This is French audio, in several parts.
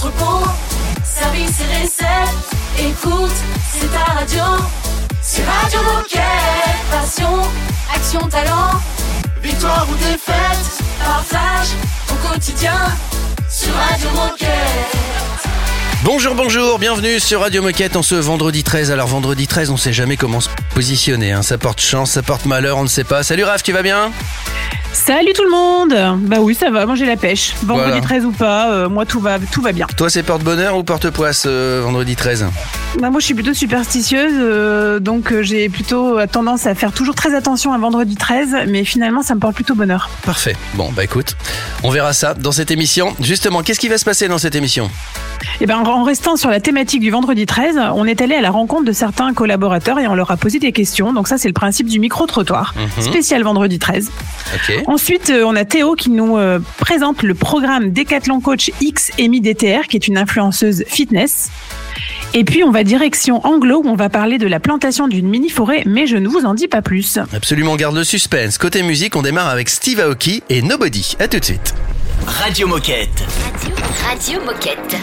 entrepôt, service et recettes. Écoute, c'est ta radio. C'est Radio Moquette. Passion, action, talent. Victoire ou défaite, partage ton quotidien sur Radio Moquette. Bonjour, bienvenue sur Radio Moquette en ce vendredi 13. Alors vendredi 13, on sait jamais comment se positionner, hein. Ça porte chance, ça porte malheur, on ne sait pas. Salut Raph, tu vas bien ? Salut tout le monde. Bah oui, ça va, moi j'ai la pêche. Vendredi Voilà. 13 ou pas, moi tout va bien. Toi, c'est porte-bonheur ou porte-poisse vendredi 13 ? Bah moi je suis plutôt superstitieuse, donc j'ai plutôt tendance à faire toujours très attention à vendredi 13, mais finalement ça me porte plutôt bonheur. Parfait. Bon, bah écoute, on verra ça dans cette émission. Justement, qu'est-ce qui va se passer dans cette émission ? Et ben en restant sur la thématique du vendredi 13, on est allé à la rencontre de certains collaborateurs et on leur a posé des questions. Donc ça c'est le principe du micro-trottoir, spécial vendredi 13. Ok. Ensuite, on a Théo qui nous présente le programme Decathlon Coach X Amy DTR, qui est une influenceuse fitness. Et puis, on va direction Anglo, où on va parler de la plantation d'une mini-forêt, mais je ne vous en dis pas plus. Absolument, garde le suspense. Côté musique, on démarre avec Steve Aoki et Nobody. À tout de suite. Radio Moquette. Radio Moquette.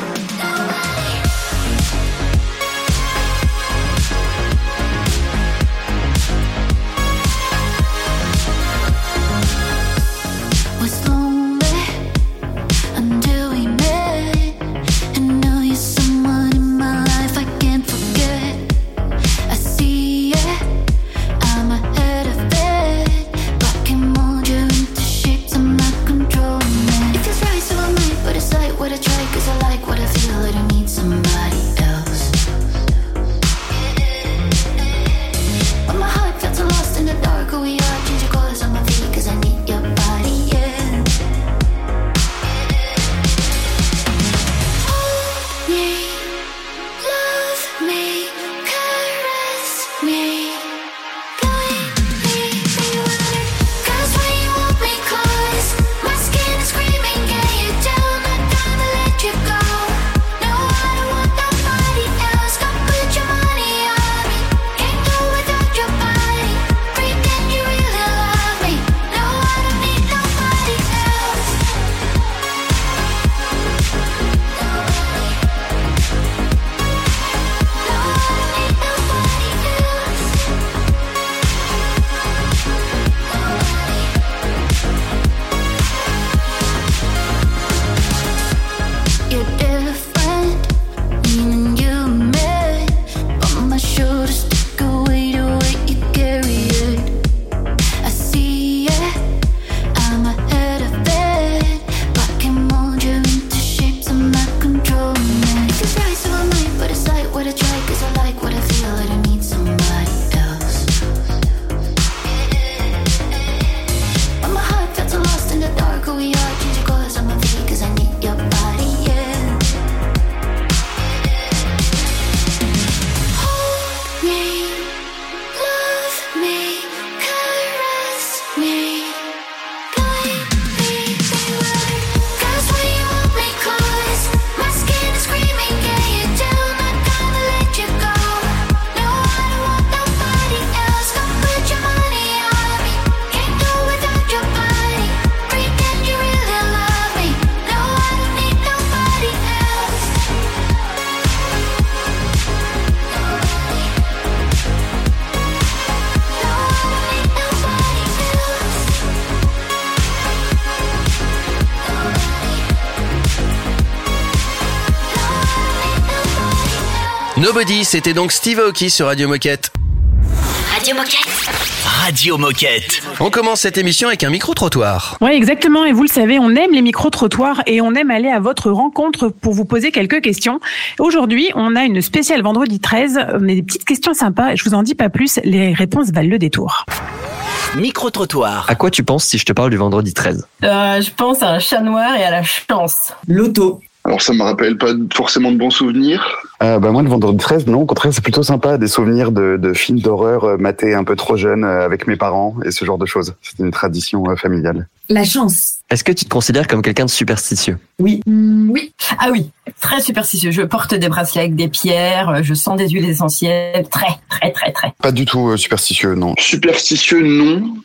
Nobody, c'était donc Steve Aoki sur Radio Moquette. Radio Moquette. Radio Moquette. On commence cette émission avec un micro-trottoir. Oui, exactement. Et vous le savez, on aime les micro-trottoirs et on aime aller à votre rencontre pour vous poser quelques questions. Aujourd'hui, on a une spéciale vendredi 13, mais des petites questions sympas. Je vous en dis pas plus, les réponses valent le détour. Micro-trottoir. À quoi tu penses si je te parle du vendredi 13 ? Je pense à un chat noir et à la chance. Loto. Alors ça me rappelle pas forcément de bons souvenirs. Moi, le vendredi 13, non, au contraire, c'est plutôt sympa, des souvenirs de films d'horreur matés un peu trop jeune avec mes parents et ce genre de choses. C'est une tradition familiale. La chance. Est-ce que tu te considères comme quelqu'un de superstitieux ? Oui. Oui. Ah oui, très superstitieux. Je porte des bracelets avec des pierres, je sens des huiles essentielles, très. Pas du tout superstitieux, non. Superstitieux, non.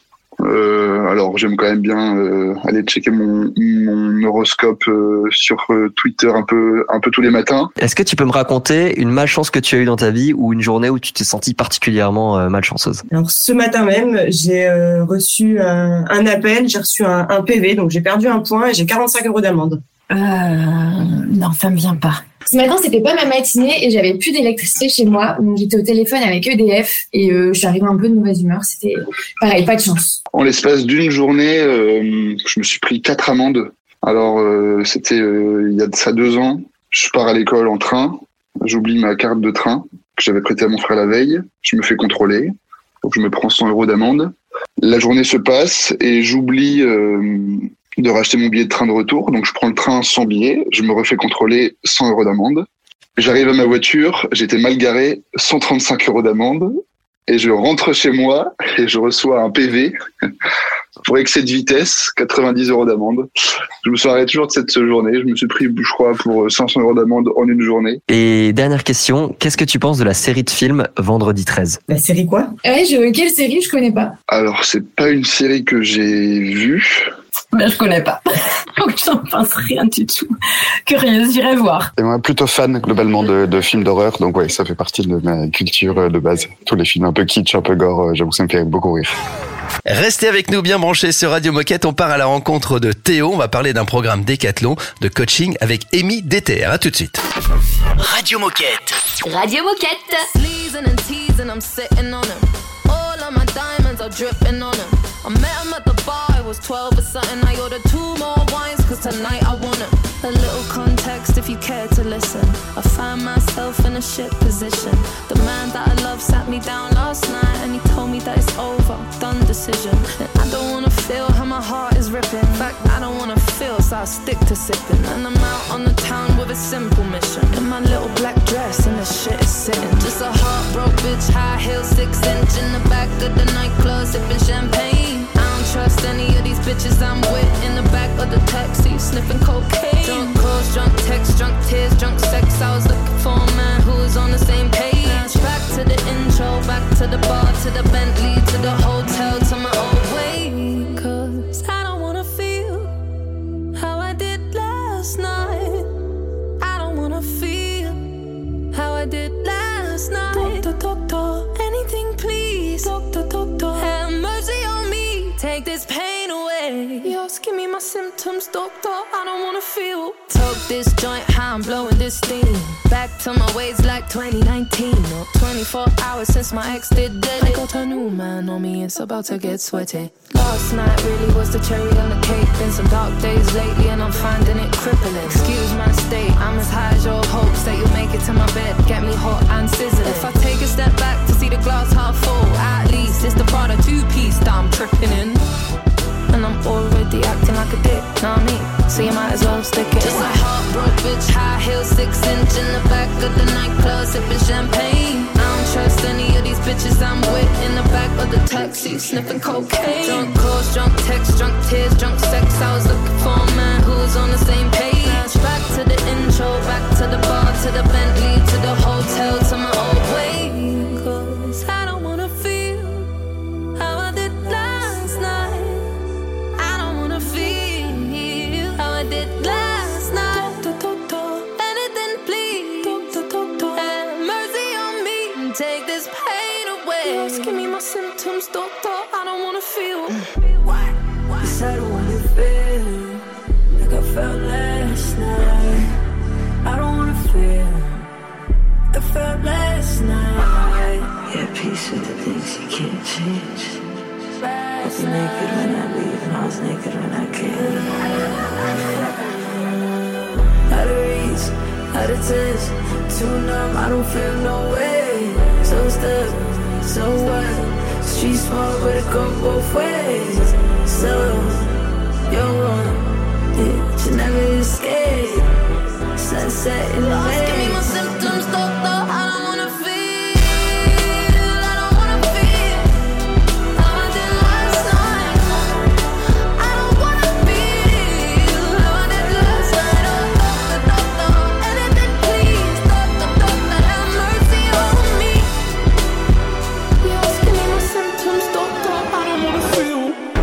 Alors j'aime quand même bien aller checker mon horoscope sur Twitter un peu tous les matins. Est-ce que tu peux me raconter une malchance que tu as eue dans ta vie ou une journée où tu t'es sentie particulièrement malchanceuse? Alors ce matin même, j'ai reçu un appel, j'ai reçu un PV, donc j'ai perdu un point et j'ai 45 € d'amende. Non, ça me vient pas. Ce matin, c'était pas ma matinée et j'avais plus d'électricité chez moi. Donc j'étais au téléphone avec EDF et je suis arrivée un peu de mauvaise humeur. C'était pareil, pas de chance. En l'espace d'une journée, je me suis pris 4 amendes. Alors c'était il y a de ça 2 ans. Je pars à l'école en train. J'oublie ma carte de train que j'avais prêtée à mon frère la veille. Je me fais contrôler. Donc je me prends 100 € d'amende. La journée se passe et j'oublie de racheter mon billet de train de retour. Donc je prends le train sans billet, je me refais contrôler, 100 € d'amende. J'arrive à ma voiture, j'étais mal garé, 135 € d'amende. Et je rentre chez moi et je reçois un PV pour excès de vitesse, 90 € d'amende. Je me souviens toujours de cette journée. Je me suis pris, je crois, pour 500 € d'amende en une journée. Et dernière question, qu'est-ce que tu penses de la série de films Vendredi 13? La série quoi? Quelle série? Je connais pas. Alors, c'est pas une série que j'ai vue. Ben, je connais pas. Donc, j'en pense rien du tout. Curieuse, j'irai voir. Et moi, plutôt fan, globalement, de films d'horreur. Donc, ouais, ça fait partie de ma culture de base. Tous les films un peu kitsch, un peu gore, j'avoue que ça me fait beaucoup rire. Restez avec nous bien branchés sur Radio Moquette. On part à la rencontre de Théo. On va parler d'un programme Décathlon de coaching avec Amy DTR. À tout de suite. Radio Moquette. Radio Moquette. I met him at the bar, I was 12 or something. I ordered 2 more wines, cause tonight I want him. A little context if you care to listen. I find myself in a shit position. The man that I love sat me down last night and he told me that it's over, done decision. And I don't wanna feel how my heart is ripping. In fact, I don't wanna feel, so I stick to sipping. And I'm out on the town with a simple mission. In my little black dress and the shit is sitting. Just a heartbroken bitch, high heel, 6-inch in the back of the nightclub, sipping champagne. I don't trust any of these bitches I'm with in the back of the taxi, sniffing cocaine. Drunk calls, drunk texts, drunk tears, drunk sex. I was looking for a man who was on the same page. Back to the intro, back to the bar, to the Bentley, to the hotel, to my old way. Cause I don't wanna feel how I did last night. I don't wanna feel how I did last night. Doctor, anything please. Doctor, have mercy on me. Take this pain away. Yes, give me my symptoms, doctor. I don't wanna feel. Took this joint, how I'm blowing this steam. Back to my ways like 2019. Or 24 hours since my ex did dead. I got a new man on me, it's about to get sweaty. Last night really was the cherry on the cake. Been some dark days lately and I'm finding it crippling. Excuse my state, I'm as high as your hopes that you'll make it to my bed. Get me hot and sizzling. If I take a step back to see the glass half full, at least it's the Prada 2-piece that I'm tripping in. And I'm already acting like a dick, know what I mean? So you might as well stick it. Just a heartbroken bitch, high heel, 6-inch in the back of the nightclub, sipping champagne. I don't trust any of these bitches I'm with in the back of the taxi, sniffing cocaine. Drunk calls, drunk texts, drunk tears, drunk sex. I was looking for a man who was on the same page. Back to the intro, back to the bar, to the Bentley, to the hotel, to my old way. Cause I don't wanna feel how I did last night. I don't wanna feel how I did last night. Doctor, anything please. Doctor, have mercy on me. Take this pain away. Just give me my symptoms, doctor. I don't wanna feel. Yes, I don't wanna feel like I felt last night. I don't wanna feel like I felt last night. Yeah, peace with the things you can't change. I was naked when I leave and I was naked when I came. Out of reach, out of touch, too numb, I don't feel no way. So stuck, so what? Street smart, but it go both ways. So, you're one, yeah, you never escape. Sunset in the Lost, give me my symptoms, doctor. I don't wanna feel. I don't wanna feel how I did last night. I don't wanna feel how I did last night. Oh, doctor, anything please. Doctor, have mercy on me. Yes, give me my symptoms, doctor. I don't wanna feel.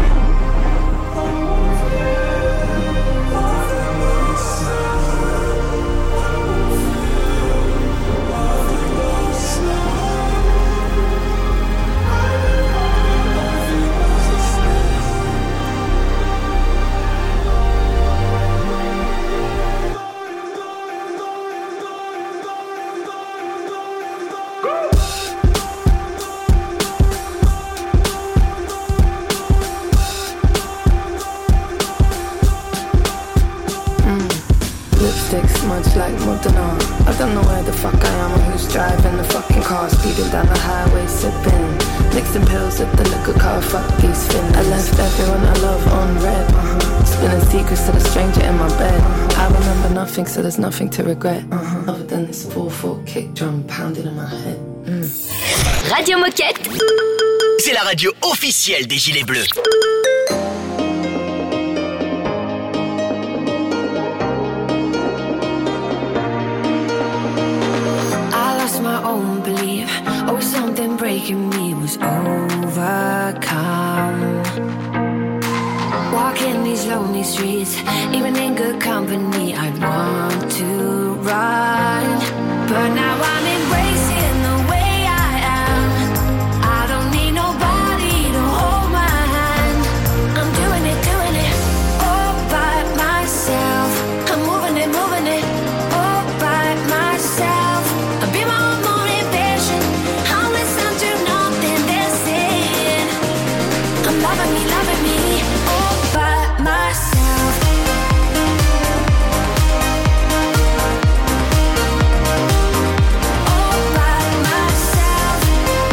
sticks, much like Modena. I don't know where the fuck I am or who's driving the fucking car, speeding down the highway, sipping, mixing pills at the liquor car. Fuck these fins. I left everyone I love on red. Spilling secrets to the stranger in my bed. I remember nothing, so there's nothing to regret. Other than this 4/4 kick drum pounding in my head. Radio Moquette. C'est la radio officielle des Gilets Bleus. I lost my own belief. Oh, something breaking me was overcome. Walking these lonely streets, even in good company, I want to run. But now I'm embracing the way I am. I don't need nobody to hold my hand. I'm doing it all by myself. I'm moving it all by myself. I'll be my own motivation. I'll listen to nothing they're saying. I'm loving me all by myself. All by myself.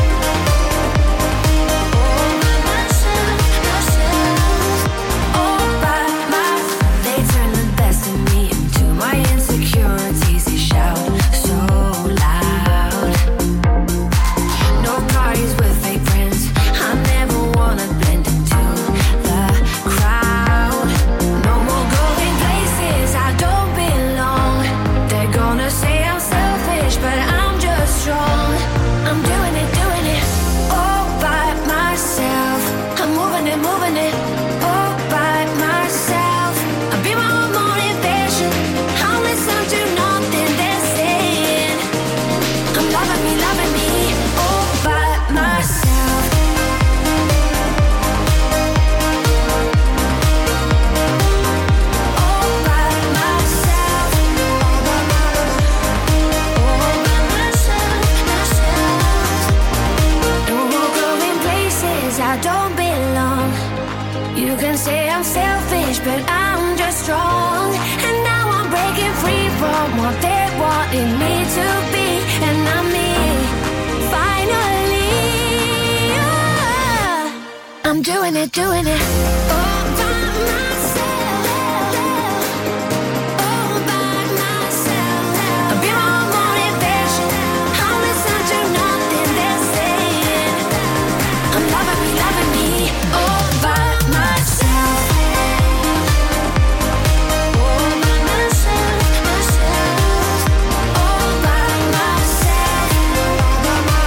All by myself. They turn the best in me into my insecurities. They shout so loud. No parties with fake friends. I never wanna blend into the crowd. No more going places I don't belong. They're gonna say I'm selfish, but I'm just strong. I'm doing it all by myself. I'm moving it all by myself. I'll be my own motivation. I'll listen to nothing they're saying. I'm loving me all by myself. All by myself. No more going places I don't belong. You can say I'm selfish, but I'm just strong. And now I'm breaking free from what they wanted me to be. And I'm me, finally. I'm doing it all by myself. All by myself. I'll be my own motivation. I'll listen to nothing they're saying. I'm loving me all by myself. All by myself. All by myself. All by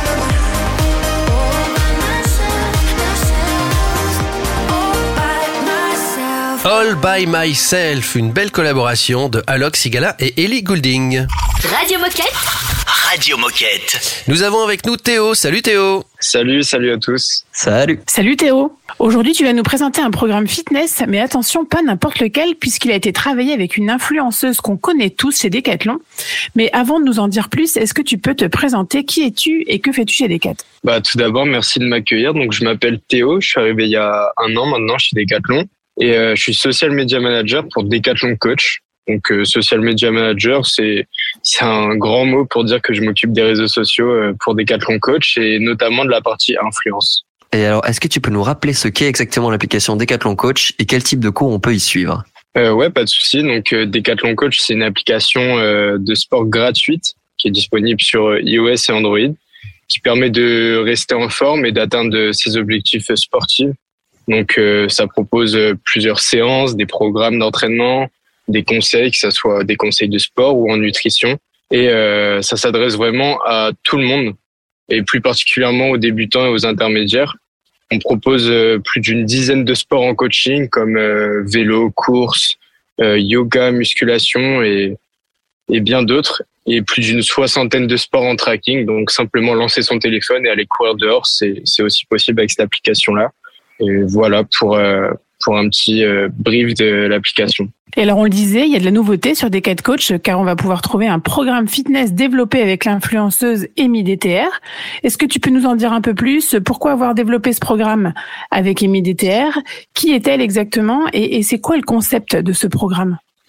myself. All by Myself, une belle collaboration de Alok Sigala et Ellie Goulding. Radio Moquette. Radio Moquette. Nous avons avec nous Théo. Salut Théo. Salut à tous. Salut Théo. Aujourd'hui, tu vas nous présenter un programme fitness, mais attention, pas n'importe lequel, puisqu'il a été travaillé avec une influenceuse qu'on connaît tous chez Decathlon. Mais avant de nous en dire plus, est-ce que tu peux te présenter? Qui es-tu et que fais-tu chez Decathlon? Tout d'abord, merci de m'accueillir. Donc, je m'appelle Théo. Je suis arrivé il y a 1 an maintenant chez Decathlon. Et je suis social media manager pour Decathlon Coach. Donc, social media manager, c'est un grand mot pour dire que je m'occupe des réseaux sociaux pour Decathlon Coach et notamment de la partie influence. Et alors, est-ce que tu peux nous rappeler ce qu'est exactement l'application Decathlon Coach et quel type de cours on peut y suivre? Ouais, pas de souci. Donc, Decathlon Coach, c'est une application de sport gratuite qui est disponible sur iOS et Android, qui permet de rester en forme et d'atteindre ses objectifs sportifs. Donc, ça propose plusieurs séances, des programmes d'entraînement, des conseils, que ce soit des conseils de sport ou en nutrition. Et ça s'adresse vraiment à tout le monde, et plus particulièrement aux débutants et aux intermédiaires. On propose plus d'une dizaine de sports en coaching, comme vélo, course, yoga, musculation et bien d'autres. Et plus d'une 60aine de sports en tracking. Donc, simplement lancer son téléphone et aller courir dehors, c'est aussi possible avec cette application-là. Et voilà pour un petit brief de l'application. Et alors on le disait, il y a de la nouveauté sur Decathlon Coach car on va pouvoir trouver un programme fitness développé avec l'influenceuse Amy DTR. Est-ce que tu peux nous en dire un peu plus? Pourquoi avoir développé ce programme avec Amy DTR? Qui est-elle exactement et c'est quoi le concept de ce programme?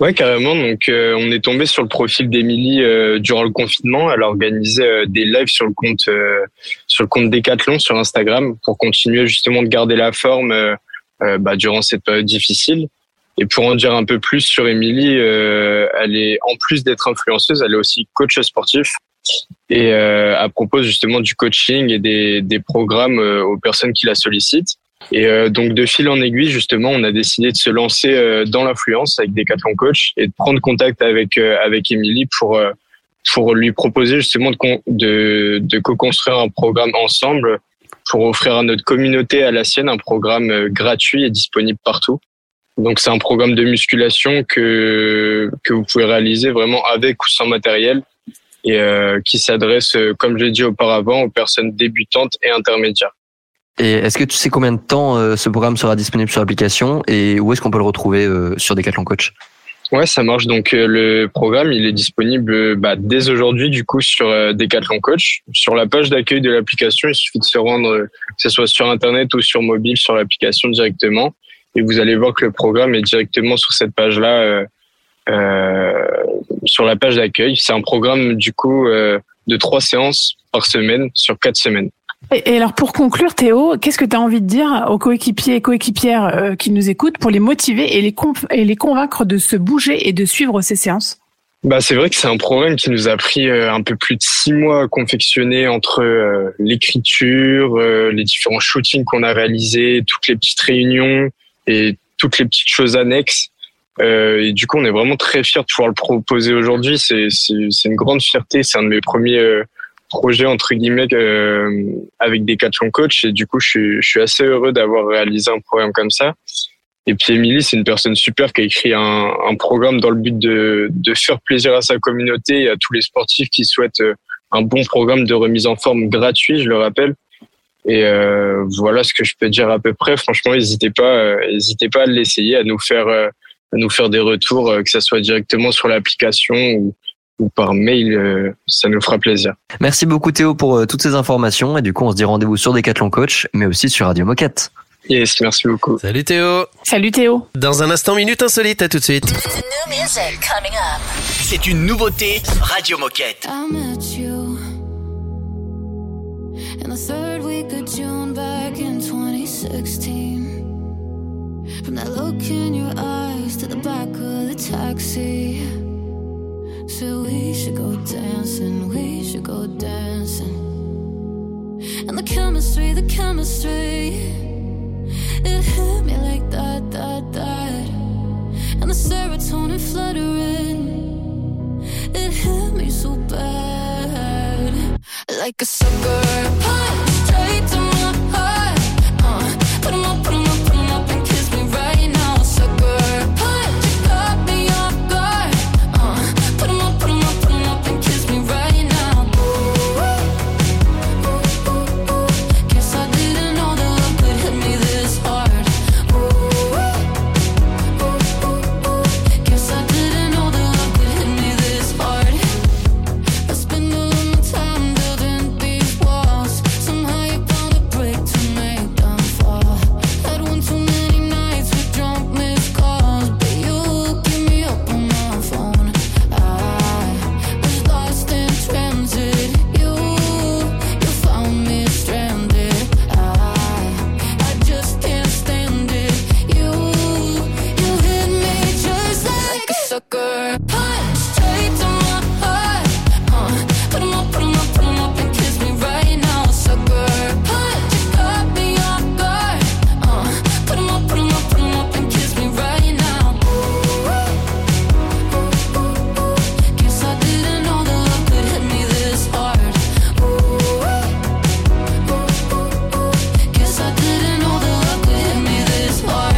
Ouais, carrément. Donc, on est tombé sur le profil d'Émilie durant le confinement. Elle a organisé des lives sur le compte Décathlon sur Instagram pour continuer justement de garder la forme durant cette période difficile. Et pour en dire un peu plus sur Émilie, elle est, en plus d'être influenceuse, elle est aussi coach sportif. Et elle propose justement du coaching et des programmes aux personnes qui la sollicitent. Et donc de fil en aiguille, justement, on a décidé de se lancer dans l'influence avec Decathlon Coach et de prendre contact avec Émilie pour lui proposer justement de co-construire un programme ensemble pour offrir à notre communauté, à la sienne, un programme gratuit et disponible partout. Donc c'est un programme de musculation que vous pouvez réaliser vraiment avec ou sans matériel et qui s'adresse, comme je l'ai dit auparavant, aux personnes débutantes et intermédiaires. Et est-ce que tu sais combien de temps ce programme sera disponible sur l'application et où est-ce qu'on peut le retrouver sur Decathlon Coach? Ouais, ça marche. Donc le programme, il est disponible dès aujourd'hui du coup sur Decathlon Coach. Sur la page d'accueil de l'application, il suffit de se rendre, que ce soit sur internet ou sur mobile, sur l'application directement. Et vous allez voir que le programme est directement sur cette page-là, sur la page d'accueil. C'est un programme du coup de 3 séances par semaine sur 4 semaines. Et alors pour conclure, Théo, qu'est-ce que tu as envie de dire aux coéquipiers et coéquipières qui nous écoutent pour les motiver et les convaincre de se bouger et de suivre ces séances? C'est vrai que c'est un programme qui nous a pris un peu plus de 6 mois à confectionner entre l'écriture, les différents shootings qu'on a réalisés, toutes les petites réunions et toutes les petites choses annexes. Et du coup, on est vraiment très fiers de pouvoir le proposer aujourd'hui. C'est une grande fierté. C'est un de mes premiers projet entre guillemets avec Decathlon Coach et du coup je suis assez heureux d'avoir réalisé un programme comme ça. Et puis Émilie, c'est une personne super qui a écrit un programme dans le but de faire plaisir à sa communauté et à tous les sportifs qui souhaitent un bon programme de remise en forme gratuit, je le rappelle. Et voilà ce que je peux dire à peu près. Franchement, n'hésitez pas à l'essayer, à nous faire des retours, que ça soit directement sur l'application ou par mail, ça nous fera plaisir. Merci beaucoup Théo pour toutes ces informations et du coup on se dit rendez-vous sur Decathlon Coach mais aussi sur Radio Moquette. Yes, merci beaucoup. Salut Théo. Salut Théo. Dans un instant, Minute Insolite, à tout de suite. C'est une nouveauté Radio Moquette. I met you in the third week of June back in 2016. From that look in your eyes to the back of the taxi. So we should go dancing, and the chemistry, it hit me like that, and the serotonin fluttering, it hit me so bad, like a sucker punch straight to my heart, put 'em up and kiss me right now, sucker punch, you got me off guard, put 'em up and kiss me right now. Guess I didn't know the love could hit me this hard. Guess I didn't know the love could hit me this hard. I spend all of my time building these walls. Somehow you found a break to make them fall. Had one too many nights with drunk missed calls, but you keep me up on my phone. I was lost in transit. You found me stranded. I just can't stand it. You hit me just like a sucker punch straight to my heart. Put 'em up and kiss me right now, sucker punch. You got me off guard. Put 'em up and kiss me right now. Guess I didn't know the love could hit me this hard. Guess I didn't know the love could hit me this hard.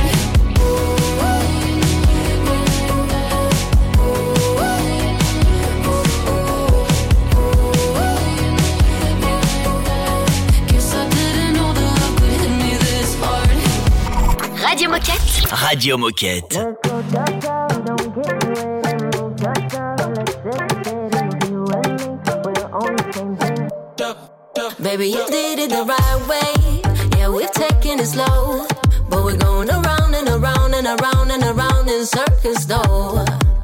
Guess I didn't know the love could hit me this hard. Radio Moquette. Radio Moquette. Baby, you did it the right way. Yeah, we've taken it slow, but we're going around and around and around and around in circles though.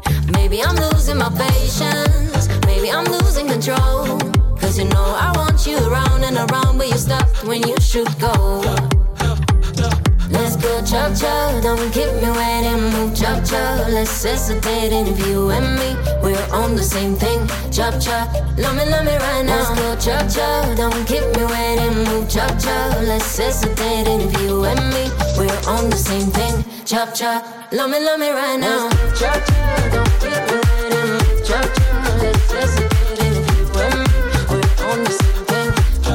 patience. Maybe I'm losing control. Cause you know I want you around and around, but you stopped when you should go. Let's go chop chop, don't keep me waiting, move chop chop. Let's hesitate, and if you and me, we're on the same thing. Chop chop, love me right now. Let's go chop chop, don't keep me waiting, move chop chop. Let's hesitate, and if you and me, we're on the same thing. Chop chop, love me right now. Chop chop, don't keep me waiting, move chop chop. Let's hesitate, and if you and me, we're on the same thing.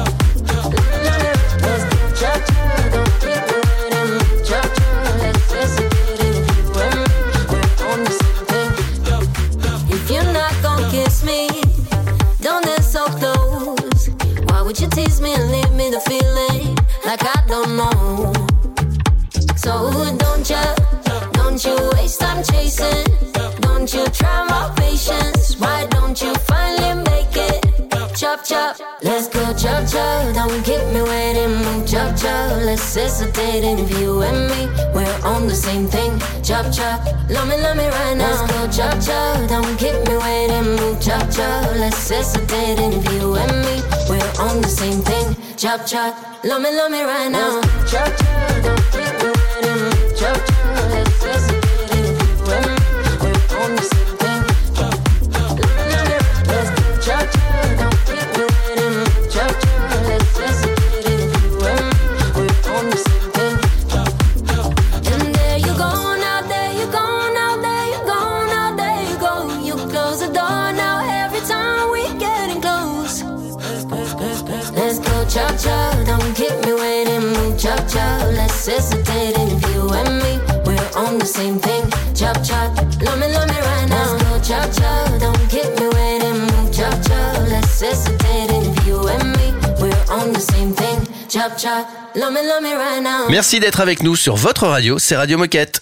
Let's go chop chop, don't keep me waiting, move chop chop. Let's hesitate, and if you and me, we're on the same thing. If you're not gon' kiss me, don't get so close. Why would you tease me and leave me the feeling like I don't know? So don't you waste time chasing. Don't you try my patience. Why don't you finally make it? Chop chop, let's go chop chop. Don't keep me waiting, move chop chop. Let's hesitate, and if you and me, we're on the same thing. Chop chop, love me right now. Let's go chop chop. Don't keep me waiting, move chop chop. Let's hesitate, and if you and me, we're on the same thing. Chop chop, love me right now. Chop chop, don't keep me waiting, move chop chop. Let's hesitate, and if you and me, we're on the same thing. Let's go chop chop. Don't keep me waiting, move chop chop. Let's hesitate, and if you and me, we're on the same thing. And there you go now, there you go now, there you go now, there you go. You close the door now every time we getting close. Let's go chop chop, don't keep me waiting, move chop chop. Let's hesitate, and if you and me, we're on the same thing. Chop chop, love me right now. Let's go chop chop, don't keep me waiting, move chop chop. Let's hesitate, and if you and me, we're on the same thing. Chop chop, love me right now. Merci d'être avec nous sur votre radio, c'est Radio Moquette.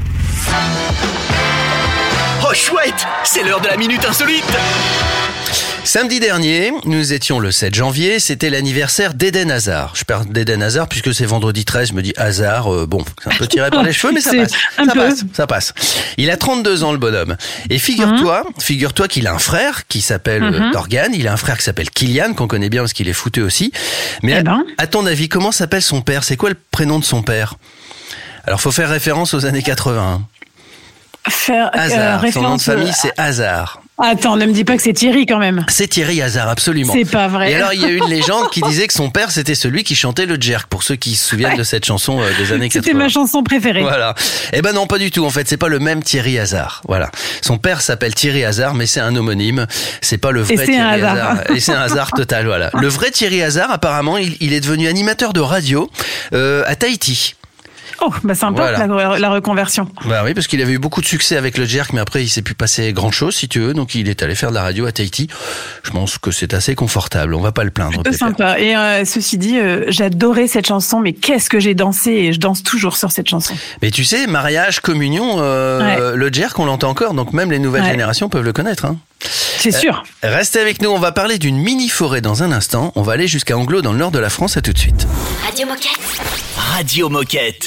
Oh chouette, c'est l'heure de la minute insolite. Samedi dernier, nous étions le 7 janvier, c'était l'anniversaire d'Eden Hazard. Je parle d'Eden Hazard puisque c'est vendredi 13, je me dis Hazard, bon, c'est un peu tiré par les cheveux, mais ça passe. Il a 32 ans le bonhomme. Et figure-toi qu'il a un frère qui s'appelle Torgan, il a un frère qui s'appelle Kylian, qu'on connaît bien parce qu'il est footeux aussi. Mais à ton avis, comment s'appelle son père? C'est quoi le prénom de son père? Alors, faut faire référence aux années 80. Hazard, son nom de famille c'est Hazard. Attends, ne me dis pas que c'est Thierry quand même. C'est Thierry Hazard, absolument. C'est pas vrai. Et alors, il y a une légende qui disait que son père, c'était celui qui chantait le jerk, pour ceux qui se souviennent de cette chanson des années 80. C'était ma chanson préférée. Voilà. Eh ben non, pas du tout. En fait, c'est pas le même Thierry Hazard. Voilà. Son père s'appelle Thierry Hazard, mais c'est un homonyme. C'est pas le vrai Thierry Hazard. Et c'est un hasard total, voilà. Le vrai Thierry Hazard, apparemment, il est devenu animateur de radio à Tahiti. Oh, bah sympa, voilà. la reconversion. Bah oui, parce qu'il avait eu beaucoup de succès avec le jerk, mais après il s'est plus passé grand chose, si tu veux, donc il est allé faire de la radio à Tahiti. Je pense que c'est assez confortable, on va pas le plaindre. C'est sympa. Et ceci dit, j'adorais cette chanson, mais qu'est-ce que j'ai dansé, et je danse toujours sur cette chanson. Mais tu sais, mariage, communion, le jerk, on l'entend encore, donc même les nouvelles générations peuvent le connaître, hein. C'est sûr. Restez avec nous, on va parler d'une mini-forêt dans un instant. On va aller jusqu'à Anglo dans le nord de la France, à tout de suite. Radio Moquette. Radio Moquette.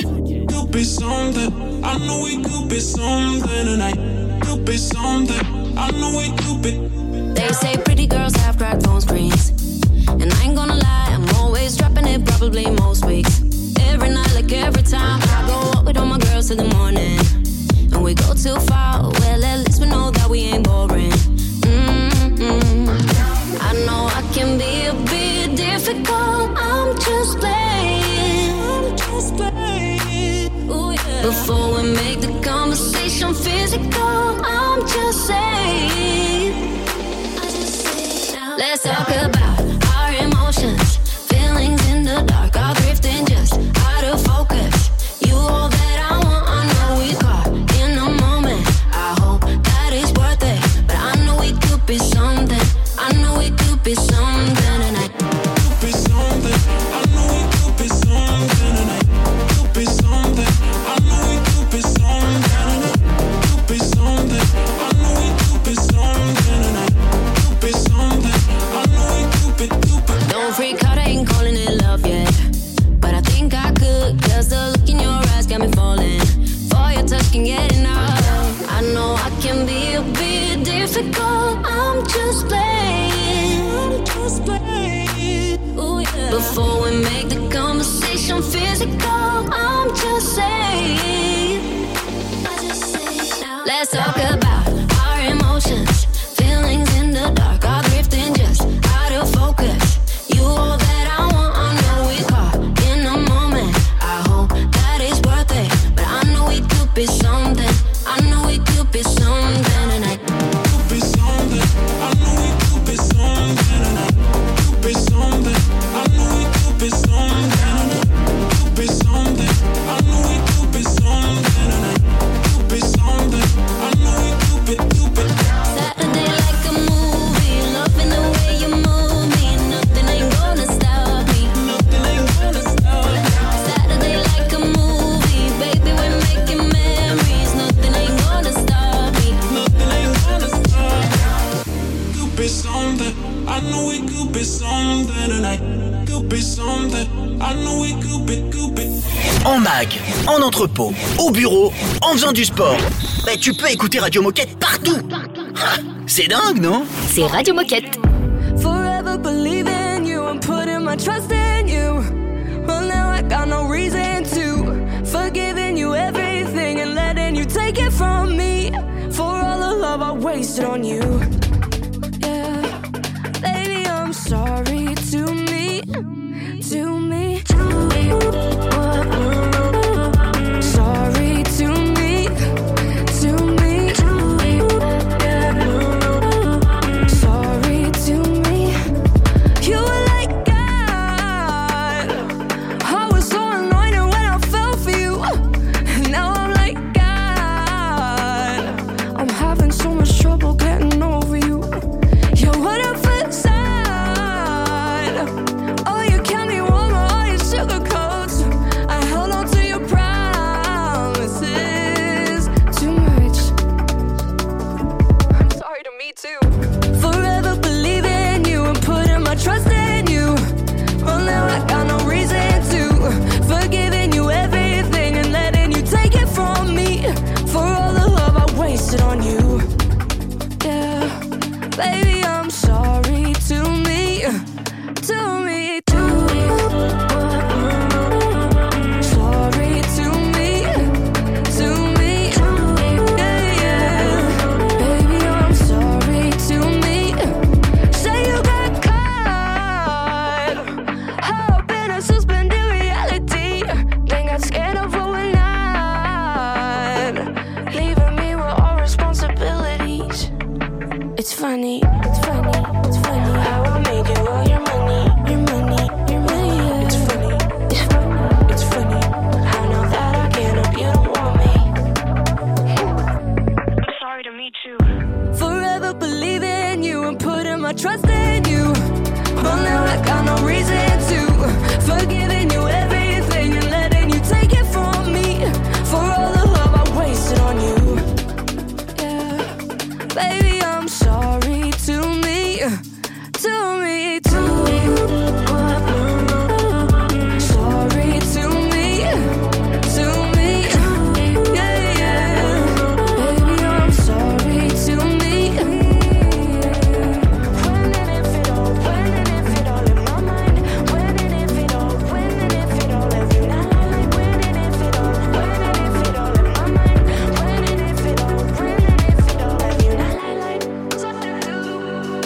They say pretty girls have cracked phone screens, and I ain't gonna lie, I'm always dropping it probably most weeks. Every night, like every time, I go out with all my girls till the morning, and we go too far, well at least we know that we ain't boring. I know I can be a bit difficult, I'm just playing. Ooh, yeah. Before we make the conversation physical, I'm just saying. Let's talk about our emotions, feelings in the dark, all drifting just out of focus. You all that I want, I know we caught in a moment. I hope that it's worth it, but I know we could be something. I know we could be something tonight. Could be something. I know we could be something tonight. Could be something. I know we could be something tonight. Could be something. I know we could be something tonight. Could be something. I know we could be. Don't freak out, I ain't calling it love yet, but I think I could, 'cause the look in your eyes got me falling for your touch, can get enough. I know I can be a bit difficult, let's talk about our emotions. Feelings in the dark are drifting just out of focus. You all that I want, I know we caught in a moment. I hope that it's worth it, but I know we could be something. I know we could be something tonight. Could be something. I know we could be something tonight. Could be something. I know we could be something tonight. Could be something. I know we could be something tonight. Could be something. I know we could be. Saturday like a movie, loving the way you move me. Nothing ain't gonna stop me. Nothing ain't gonna stop me. Saturday like a movie, baby, we're making memories. Nothing ain't gonna stop me. Nothing ain't gonna stop me. Could be something. I know we could be something tonight. Could be something. I know we could be. En mag, en entrepôt, au bureau, en faisant du sport. Bah, tu peux écouter Radio Moquette partout. Ah, c'est dingue, non? C'est Radio Moquette. Forever believing you and putting my trust in you. Well, now I got no reason to. Forgiving you everything and letting you take it from me. For all the love I wasted on you. Yeah, baby, I'm sorry to me. To me. Sorry to me. To me. Sorry to me. You were like God. I was so anointed when I fell for you. Now I'm like God. I'm having so much trouble getting over you. You're what I feel inside. Oh, you kept me warm, all your sugar coats. I held on to your promises too much. I'm sorry to me too. Forever believing you and putting my trust in you. Well, now I got no reason to. Forgiving you everything and letting you take it from me. For all the love I wasted on you. Yeah, baby, I'm sorry to me. To me, to me. Sorry to me. To me. Yeah, yeah. Baby, I'm sorry to me. Say you got caught up in a suspended reality. Then got scared of what not. Leaving me with all responsibilities. It's funny, it's funny, it's funny how I made you all your money, your money, your money. Yeah. It's funny, it's funny, it's funny how now that I can't help you don't want me. I'm sorry to meet you. Forever believing you and putting my trust in you. Well, now I got no reason to. Forgiving you everything and letting you take it from me. For all the love I wasted on you. Yeah, baby, I'm sorry to me. To me, to me. Sorry to me. To me. Yeah, yeah. Baby, I'm sorry to me. When and if it all in my mind. When and if it all every night. Like when and if it all in my mind. When and if it all every night. Like something to do.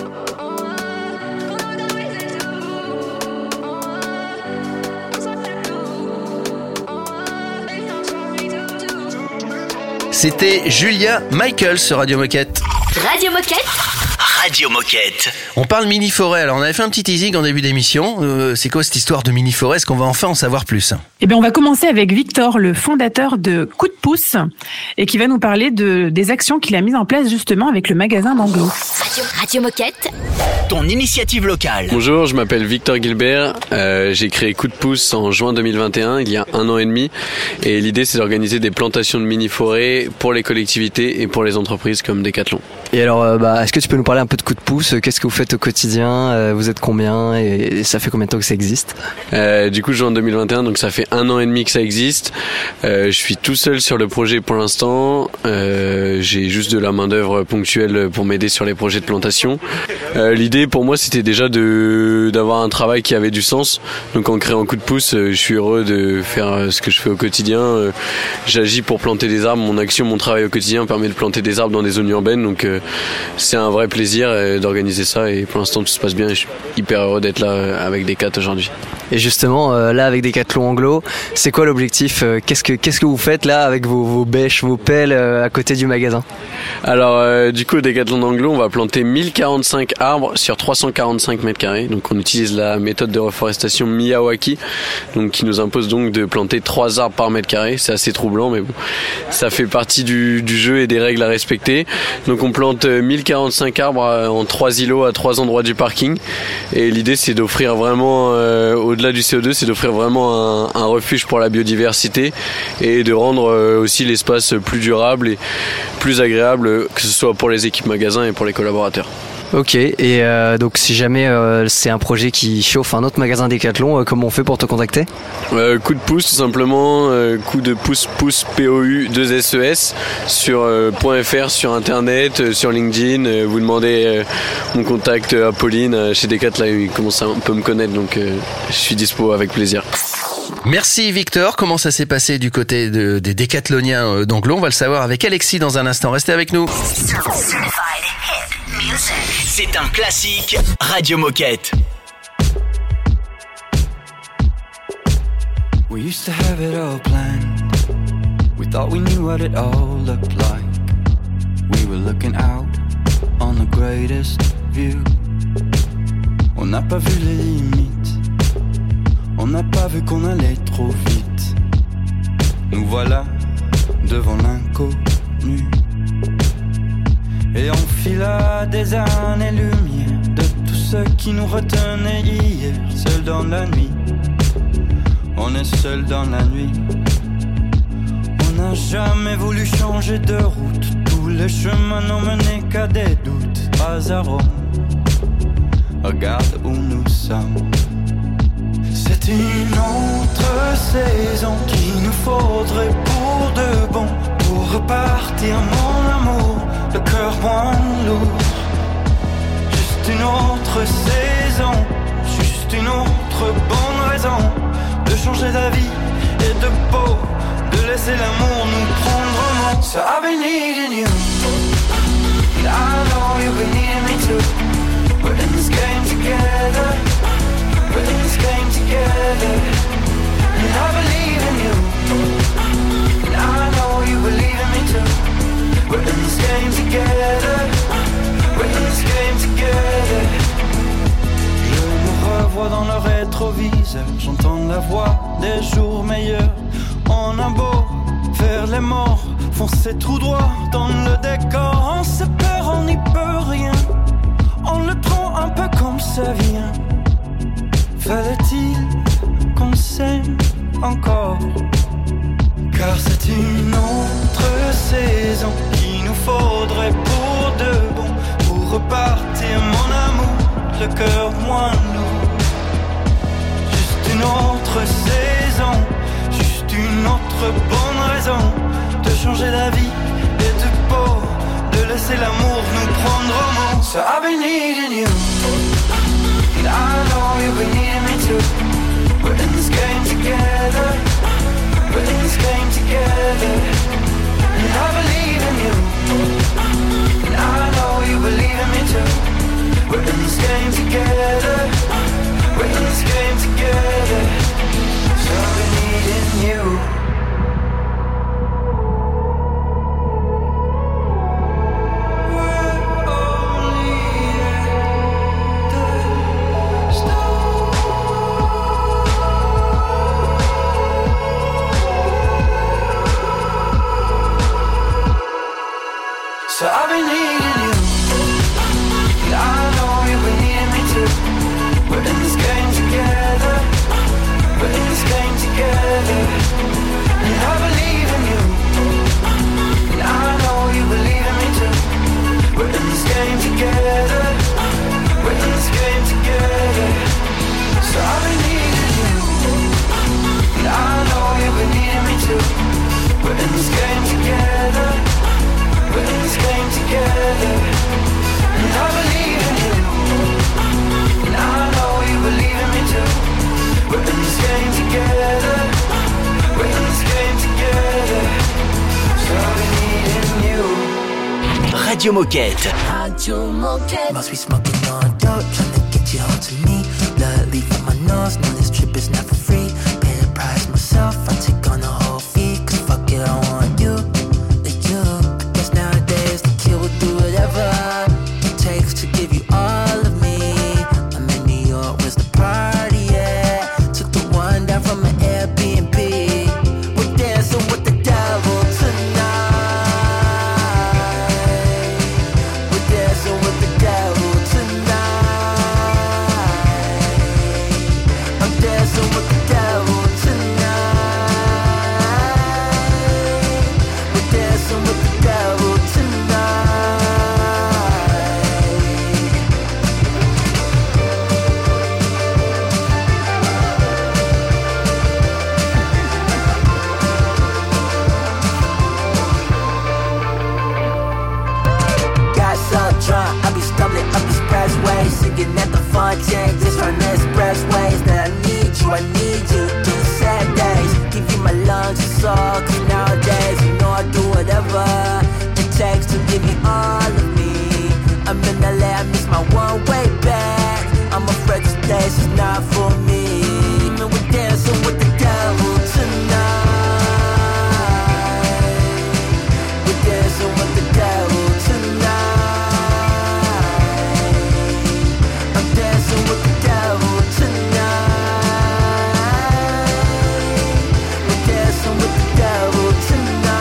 C'était Julia Michaels sur Radio Moquette. Radio Moquette. Radio Moquette. On parle mini-forêt. Alors, on avait fait un petit teasing en début d'émission. C'est quoi cette histoire de mini-forêt? Est-ce qu'on va enfin en savoir plus? Eh bien, on va commencer avec Victor, le fondateur de Coup de pouce, et qui va nous parler des actions qu'il a mises en place justement avec le magasin d'Anglo. Radio Moquette. Ton initiative locale. Bonjour, je m'appelle Victor Gilbert. J'ai créé Coup de pouce en juin 2021, il y a 1 an et demi. Et l'idée, c'est d'organiser des plantations de mini-forêts pour les collectivités et pour les entreprises comme Decathlon. Et alors, est-ce que tu peux nous parler un peu de coup de pouce. Qu'est-ce que vous faites au quotidien? Vous êtes combien et ça fait combien de temps que ça existe? Du coup, je joue en 2021, donc ça fait 1 an et demi que ça existe. Je suis tout seul sur le projet pour l'instant. J'ai juste de la main-d'œuvre ponctuelle pour m'aider sur les projets de plantation. L'idée pour moi, c'était déjà d'avoir un travail qui avait du sens. Donc en créant Coup de pouce, je suis heureux de faire ce que je fais au quotidien. J'agis pour planter des arbres. Mon action, mon travail au quotidien permet de planter des arbres dans des zones urbaines. Donc c'est un vrai plaisir d'organiser ça. Et pour l'instant, tout se passe bien. Et je suis hyper heureux d'être là avec Decat aujourd'hui. Et justement, là avec Decathlon Anglo, c'est quoi l'objectif? Qu'est-ce que vous faites là avec vos bêches, vos pelles à côté du magasin? Alors du coup, au Decathlon Anglo, on va planter 1045 arbres sur 345 mètres carrés. Donc on utilise la méthode de reforestation Miyawaki, donc qui nous impose donc de planter 3 arbres par mètre carré. C'est assez troublant, mais bon, ça fait partie du jeu et des règles à respecter. Donc on plante 1045 arbres en 3 îlots à 3 endroits du parking. Et l'idée, c'est d'offrir vraiment, au-delà du CO2, c'est d'offrir vraiment un refuge pour la biodiversité et de rendre aussi l'espace plus durable et plus agréable, que ce soit pour les équipes magasins et pour les collaborateurs. Ok, et donc si jamais c'est un projet qui chauffe un autre magasin Decathlon, comment on fait pour te contacter? Coup de pouce tout simplement, coup de pouce POU 2 SES sur .fr, sur internet, sur LinkedIn. Vous demandez mon contact à Pauline chez Decat, là il commence à un peu me connaître, donc je suis dispo avec plaisir. Merci Victor. Comment ça s'est passé du côté des décathloniens d'Anglo? On va le savoir avec Alexis dans un instant. Restez avec nous. C'est un classique Radio Moquette. We used to have it all planned. We thought we knew what it all looked like. We were looking out on the greatest view. On n'a pas vu les limites. On n'a pas vu qu'on allait trop vite. Nous voilà devant l'inconnu. Et on fila des années-lumière de tout ce qui nous retenait hier. Seul dans la nuit, on est seul dans la nuit. On n'a jamais voulu changer de route. Tous les chemins n'ont mené qu'à des doutes. Pas à Rome, regarde où nous sommes. C'est une autre saison qu'il nous faudrait pour de bon. Pour repartir mon amour, le cœur moins lourd. Juste une autre saison, juste une autre bonne raison de changer d'avis et de peau, de laisser l'amour nous prendre en main. So I've been needing you, and I know you've been needing me too. We're in this game together, we're in this game together, and I believe in you, and I know you believe in me too. We're in this game together, we're in this game together. Je nous revois dans le rétroviseur, j'entends la voix des jours meilleurs. On a beau faire les morts, foncer tout droit dans le décor. On se perd, on n'y peut rien, on le prend un peu comme ça vient. Fallait-il qu'on s'aime encore? Car c'est une autre saison qu'il nous faudrait pour de bon. Pour repartir mon amour, le cœur moins lourd. Juste une autre saison, juste une autre bonne raison de changer d'avis et de peau, de laisser l'amour nous prendre au mot. So I've been needing you, and I know you've been needing me too. We're in this game together, we're in this game together, and I believe in you, and I know you believe in me too. We're in this game together, we're in this game together, so I've been needing you. So I've been needing you, and I know you've been needing me too. We're in this game together, we're in this game together, and I believe in you, and I know you believe in me too. We're in this game together, Radio Moquette. Radio Moquette. Must be smoking on dope, trying to get you home to me. Blood leaving my nose, no, this trip is never free. Pay the price myself, I take on the whole fee. Cause fuck it, I want you, you. I guess nowadays the kid will do whatever it takes to give you all of me. I'm in New York, where's the party at? Took the one down from an Airbnb. We're dancing with the devil tonight. We're dancing with the devil tonight. I'm dancing with the devil tonight. We're dancing with the devil tonight. Got so drunk, I be stumbling up expressways, singing at the fontaine, just run the expressways. That I need you through sad days. Give you my lungs and soul, cause nowadays you know I do whatever it takes to give you all of me. I'm in LA, I miss my one way back. I'm afraid this place is not for me. And we're dancing with the devil tonight. We're dancing with the devil tonight. I'm dancing with the devil tonight. We're dancing with the devil tonight.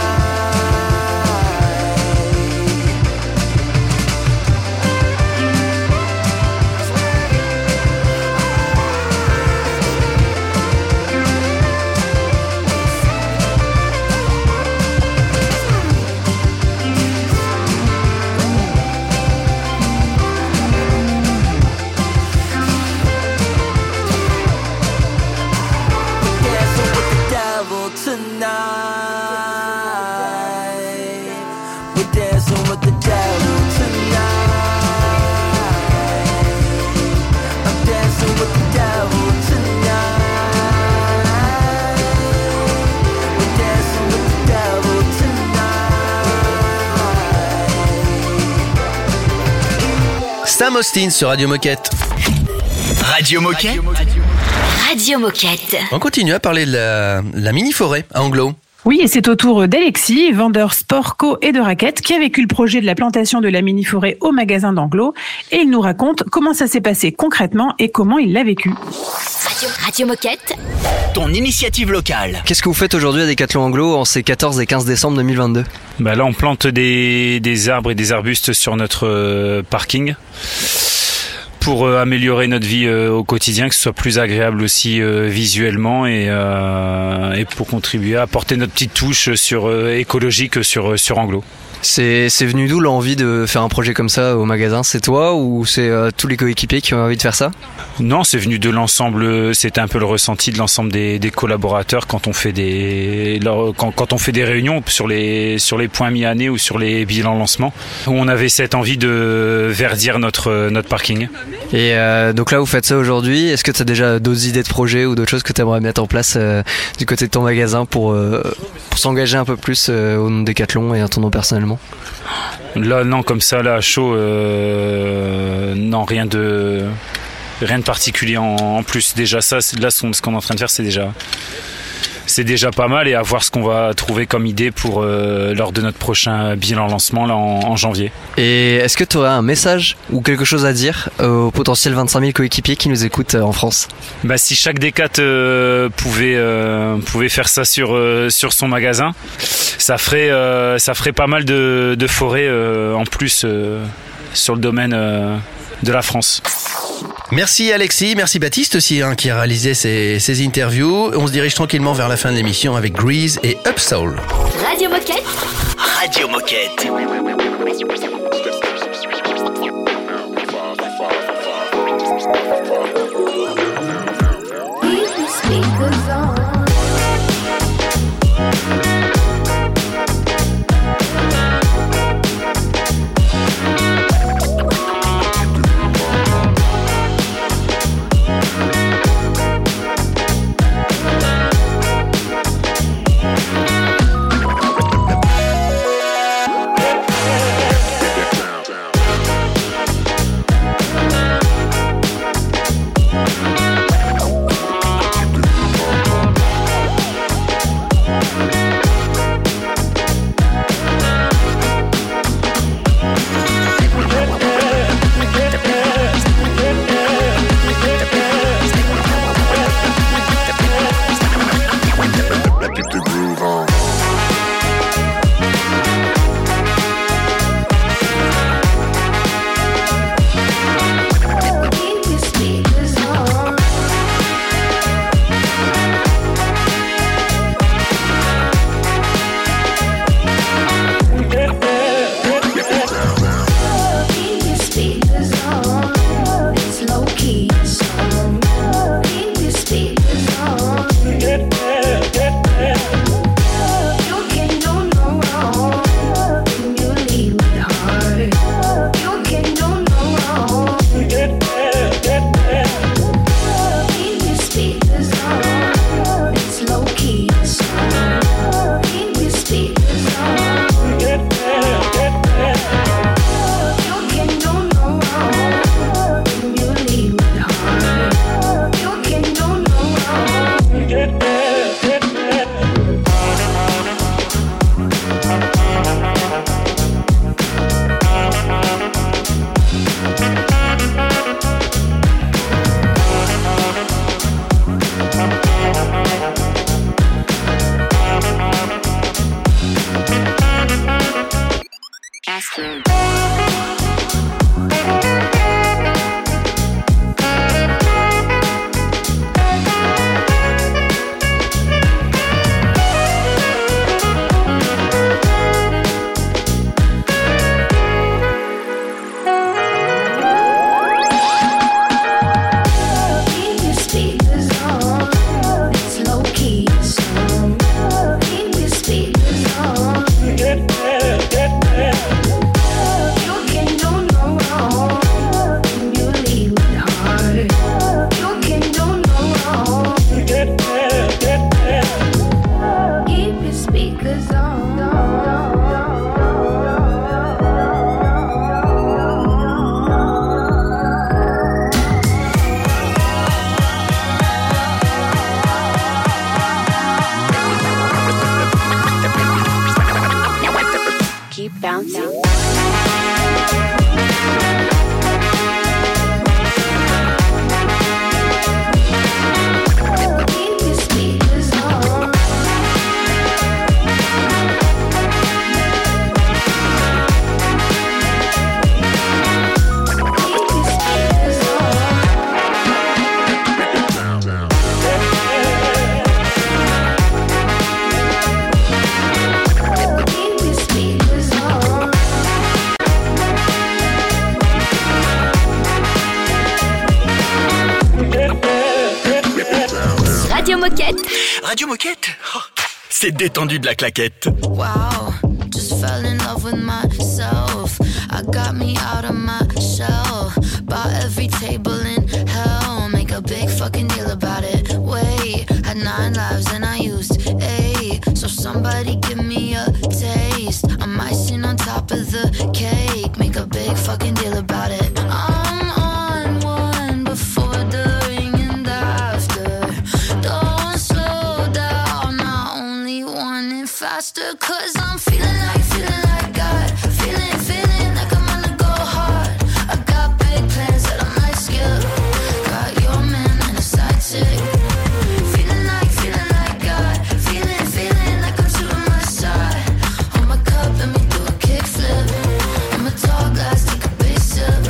We're dancing with the devil tonight. I'm dancing with the devil tonight. We're dancing with the devil tonight. Sam Austin sur Radio Moquette. Radio Moquette. Radio Moquette. On continue à parler de la mini-forêt à Anglo. Oui, et c'est au tour d'Alexis, vendeur sport co et de raquettes, qui a vécu le projet de la plantation de la mini-forêt au magasin d'Anglo. Et il nous raconte comment ça s'est passé concrètement et comment il l'a vécu. Radio Moquette. Ton initiative locale. Qu'est-ce que vous faites aujourd'hui à Decathlon Anglo en ces 14 et 15 décembre 2022 ? Là, on plante des arbres et des arbustes sur notre parking pour améliorer notre vie au quotidien, que ce soit plus agréable aussi visuellement et pour contribuer à apporter notre petite touche écologique sur Anglo. C'est venu d'où l'envie de faire un projet comme ça au magasin ? C'est toi ou c'est tous les coéquipiers qui ont envie de faire ça ? Non, c'est venu de l'ensemble, c'était un peu le ressenti de l'ensemble des collaborateurs quand on fait quand on fait des réunions sur les points mi-année ou sur les bilans lancement, où on avait cette envie de verdir notre parking. Et donc là, vous faites ça aujourd'hui. Est-ce que tu as déjà d'autres idées de projets ou d'autres choses que tu aimerais mettre en place du côté de ton magasin pour s'engager un peu plus au nom de Decathlon et à ton nom personnellement ? Là, non, comme ça, là, à chaud, non, rien de particulier en plus. Déjà ça, là, ce qu'on est en train de faire, c'est déjà pas mal, et à voir ce qu'on va trouver comme idée pour lors de notre prochain bilan lancement là en janvier. Et est-ce que tu aurais un message ou quelque chose à dire aux potentiels 25 000 coéquipiers qui nous écoutent en France ? Si chaque Decat pouvait faire ça sur son magasin, ça ferait pas mal de forêts en plus sur le domaine de la France. Merci Alexis, merci Baptiste aussi qui a réalisé ces interviews. On se dirige tranquillement vers la fin de l'émission avec Grease et Upsoul. Radio Moquette. Radio Moquette. Radio Moquette, c'est détendu de la claquette. Wow, just fell in love with myself. I got me out of my shell. Bought every table in hell. Make a big fucking deal about it. Wait, had 9 lives and I used 8. So somebody give me a taste. I'm icing on top of the cake. Make a big fucking deal about it. I'm on one before, during and after. Don't slow down, I only want it faster. Cause I'm feeling like God. Feeling like I'm gonna go hard. I got big plans that I might skip. Got your man and a side chick. Feeling like God. Feeling like I'm shooting my shot. Hold my cup, let me do a kickflip. I'm a tall glass, take a big sip.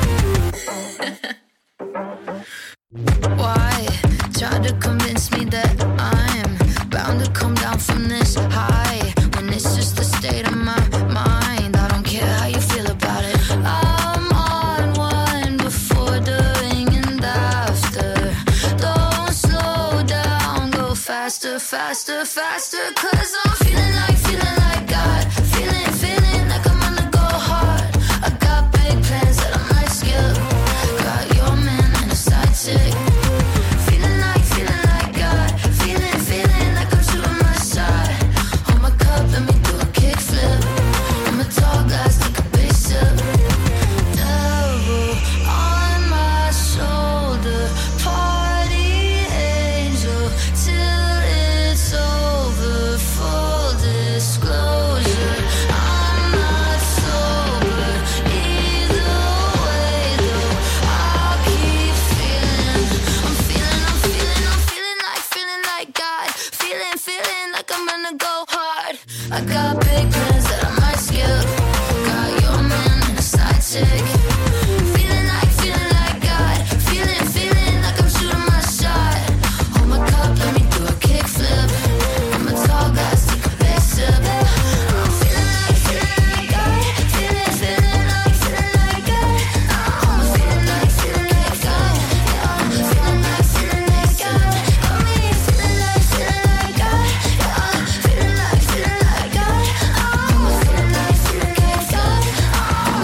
Why? Try to convince me that I'm bound to come down from this high, when it's just the state of my mind. I don't care how you feel about it. I'm on one before, during and after. Don't slow down, go faster. Cause I'm feeling like God. Feeling like I'm gonna go hard. I got big plans that I might skip. Got your man and a side chick. Feeling like God. Feeling like I'm shooting my shot. Hold my cup, let me do a kickflip. I'm a tall glass, take a big sip. Devil on my shoulder, party angel till it's over. Full disclosure, I'm not sober either way though. I'll keep feeling. I'm feeling like God. Feeling like I'm gonna go hard. I got big plans that I might skip. Got your man and a side chick. Feeling like God. Feeling like I'm shooting my shot. Hold my cup, let me do a kickflip. I'm a tall glass, take a big sip. I'm feeling like God. Feeling like God. I'm feeling like God. Yeah, I'm feeling like God. I'm feeling like God. Yeah, I'm feeling like God. I'm feeling like God. I'm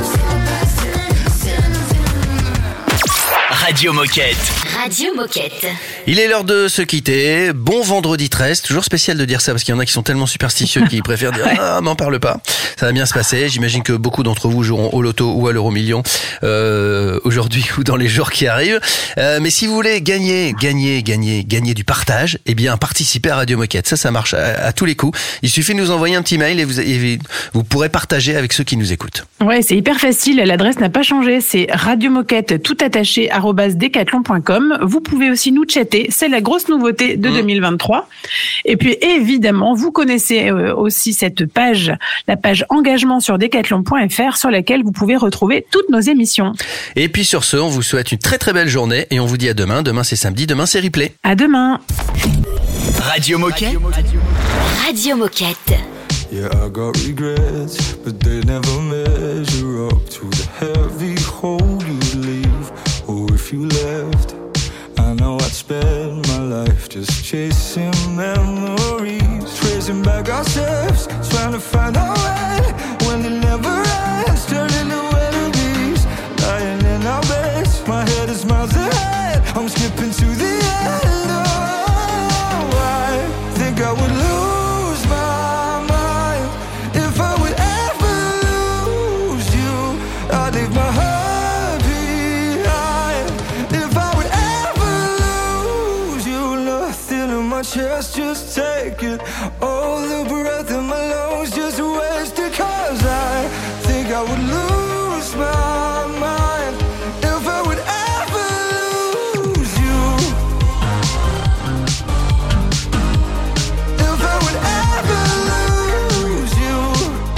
feeling. Radio Moquette. Radio Moquette. Il est l'heure de se quitter. Bon vendredi 13. Toujours spécial de dire ça parce qu'il y en a qui sont tellement superstitieux qu'ils préfèrent dire ah, m'en parle pas. Ça va bien se passer. J'imagine que beaucoup d'entre vous joueront au loto ou à l'euro-million aujourd'hui ou dans les jours qui arrivent. Mais si vous voulez gagner du partage, eh bien participez à Radio Moquette. Ça marche à tous les coups. Il suffit de nous envoyer un petit mail et vous pourrez partager avec ceux qui nous écoutent. Ouais, c'est hyper facile. L'adresse n'a pas changé. C'est radiomoquette tout attaché @decathlon.com. Vous pouvez aussi nous chatter. C'est la grosse nouveauté de 2023. Et puis évidemment, vous connaissez aussi cette page, la page engagement sur decathlon.fr sur laquelle vous pouvez retrouver toutes nos émissions. Et puis sur ce, on vous souhaite une très très belle journée et on vous dit à demain. Demain c'est samedi, demain c'est replay. À demain. Radio Moquette. Radio Moquette. Yeah, I got regrets, but they never measure up to the heavy hole you'd leave. Or if you left, I know I'd spend my life just chasing memories, tracing back our steps, trying to find our way when it never ends, turning to enemies, lying in our beds. My head is miles ahead, I'm skipping to the end. Oh, I think I would lose my mind if I would ever lose you. I'd leave my heart behind if I would ever lose you. Nothing in my chest, just take it. All the breath in my lungs, just waste it. 'Cause I think I would lose my mind if I would ever lose you. If I would ever lose you.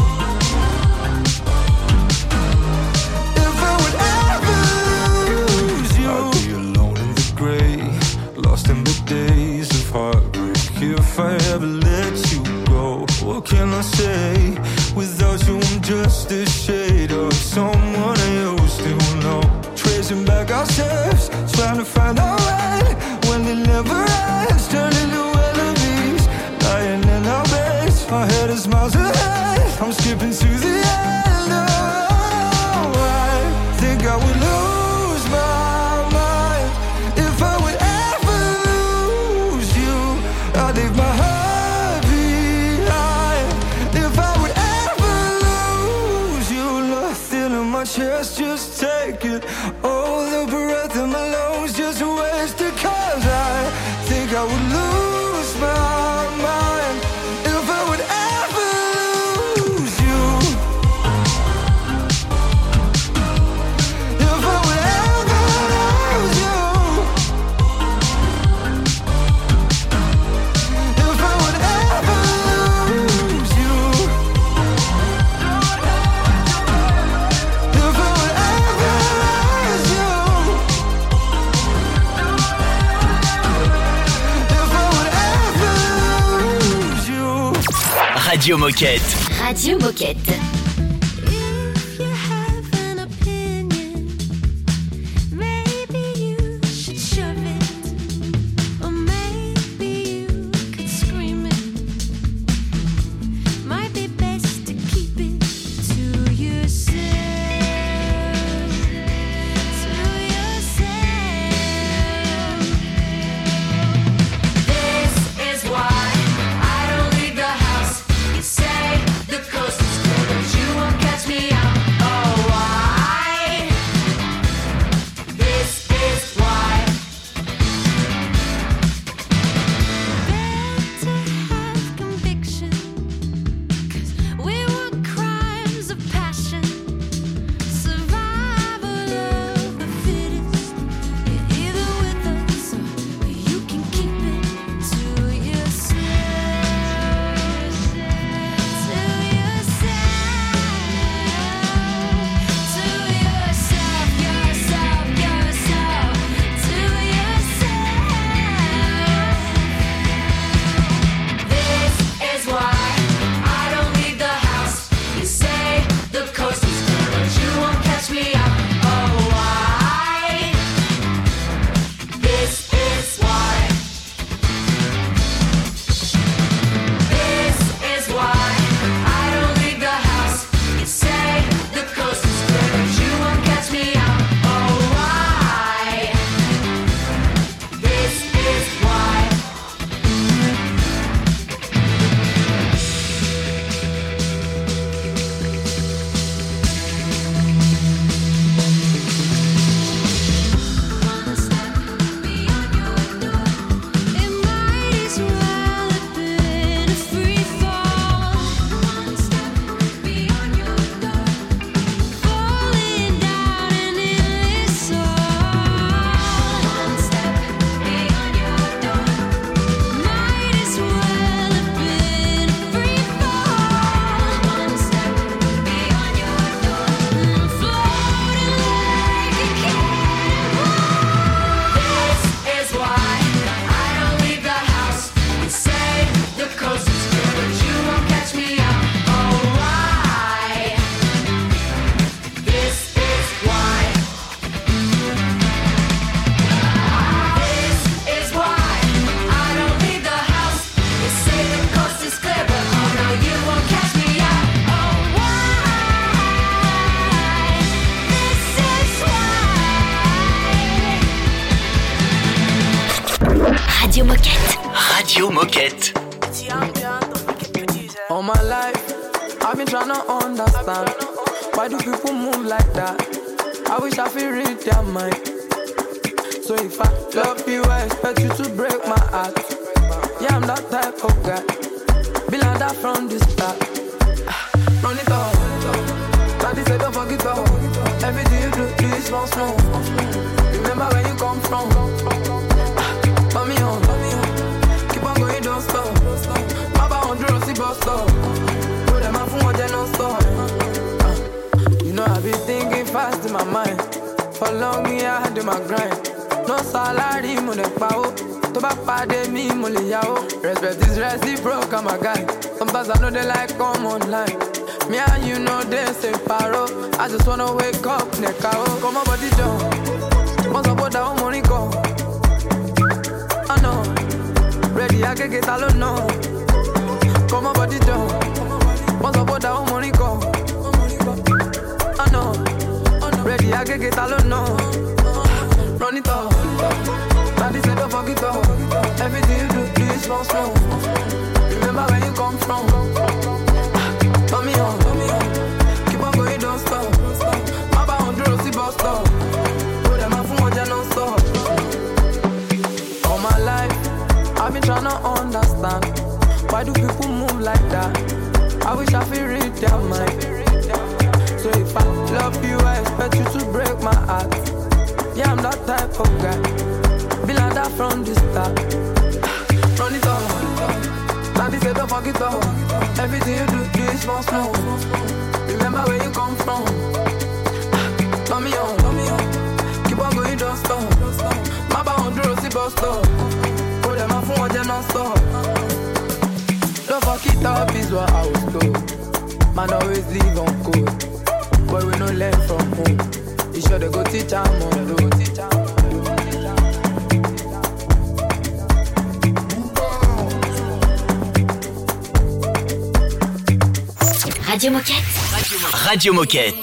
If I would ever lose you. I'd be alone in the grey, lost in the days of heartbreak. If I ever let you go, what can I say? Without you I'm just a shade of someone I used to know. Tracing back our steps, trying to find our way when it never ends, turning to enemies, lying in our beds. My head is miles ahead, I'm skipping to the end. Oh, I think I would lose my mind if I would ever lose you. I'd leave my heart behind if I would ever lose you. Nothing in my chest, just take it. All the breath in my lungs, just waste it. 'Cause I think I would lose my mind if I would ever lose you. If I would ever lose you. If I would ever lose you. If I would ever lose you. If I would ever lose you. Radio Moquette. Radio Moquette. This is why I don't leave the house. You say the coast is clear, but Radio Moquette. Radio Moquette. All my life, I've been trying to understand. Why do people move like that? I wish I could read their mind. So if I love you, I expect you to break my heart. Yeah, I'm that type of guy. Be like that from the start. Run it up. Daddy said don't forget up. Everything you do is small. Remember where you come from. Turn me on. Keep on going, don't stop. Baba on the Rossi bus stop. Put them out from what they don't stop. You know I be thinking fast in my mind. For long me I had in my grind. No salary, mo ne pa o. To ba pade mi, mo le ya o. Respect is reciprocal, I'm a guy. Sometimes I know they like come online. Me and you know they say paro. I just wanna wake up, neka o. Come on, body down. Once I put down money go. I know. Ready, I can get alone, no. Come on, body down. Once I put down money go. I know. Ready, I can get alone, no. Run it up. Daddy said don't forget up. Everything you do is small. Remember where you come from. Turn me on. Keep on going, don't stop. Baba on the Rossi bus stop. Put them out from what they don't stop. All my life, I've been trying to understand. Why do people move like that? I wish I could read their mind. So if I love you, I expect you to break my heart. Yeah, I'm that type of guy. Be like that from the start. Run it up. Daddy said don't forget up. Everything you do is small. Remember where you come from. Turn me on. Keep on going, don't stop. Baba on the Rossi bus stop. Put them out from what they don't stop. Don't fuck it up is what I was told. Man always live on code. But we no learn from home. You sure they go teach our mom, go teach our mom. Radio Moquette. Radio Moquette.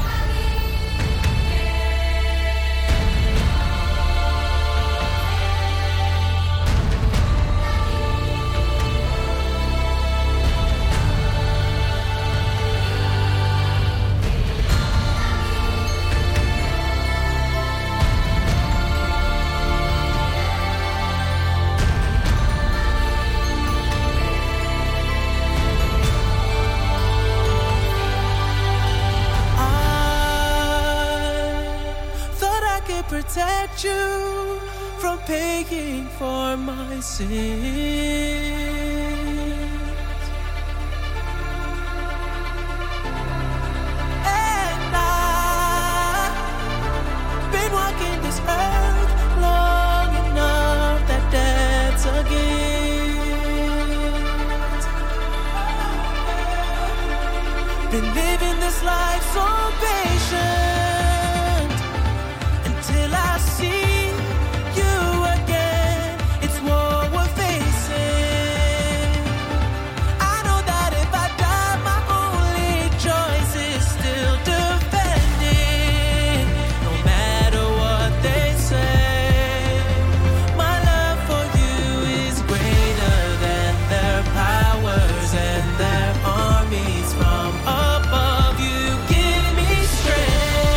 Protect you from paying for my sins. And I've been walking this earth long enough that that's a gift. Been living this life so patient. Till I see you again, it's what we're facing. I know that if I die, my only choice is still defending. No matter what they say, my love for you is greater than their powers and their armies from above. You give me strength.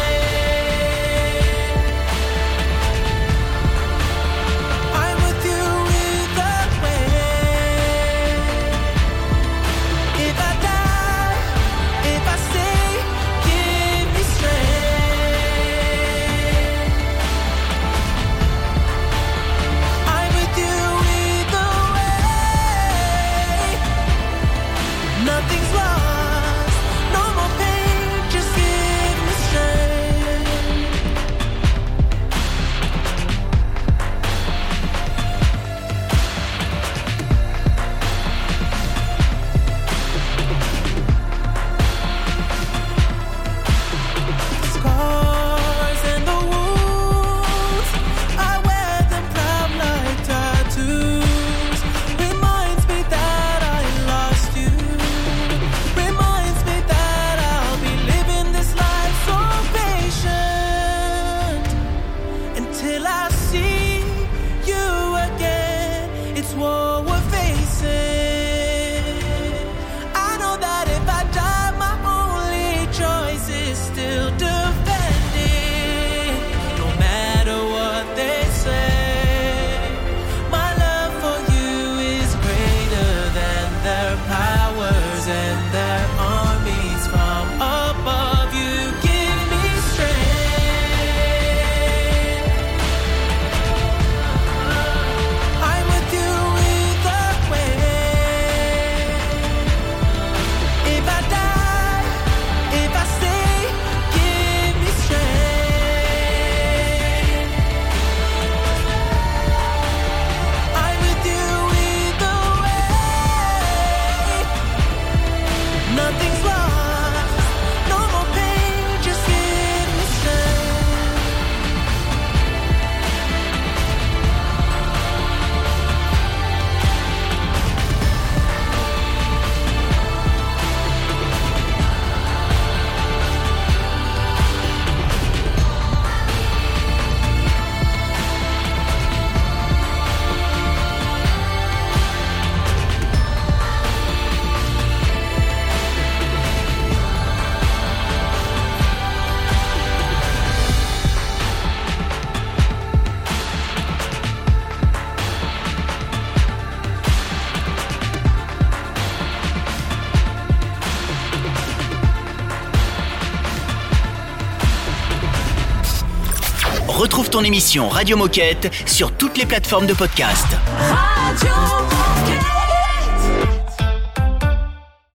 like armies from above. You give me strength. I'm with you either way. If I die, if I stay, give me strength. I'm with you either way. Nothing's lost, no more pain, just give me strength. Retrouve ton émission Radio Moquette sur toutes les plateformes de podcast. Radio Moquette.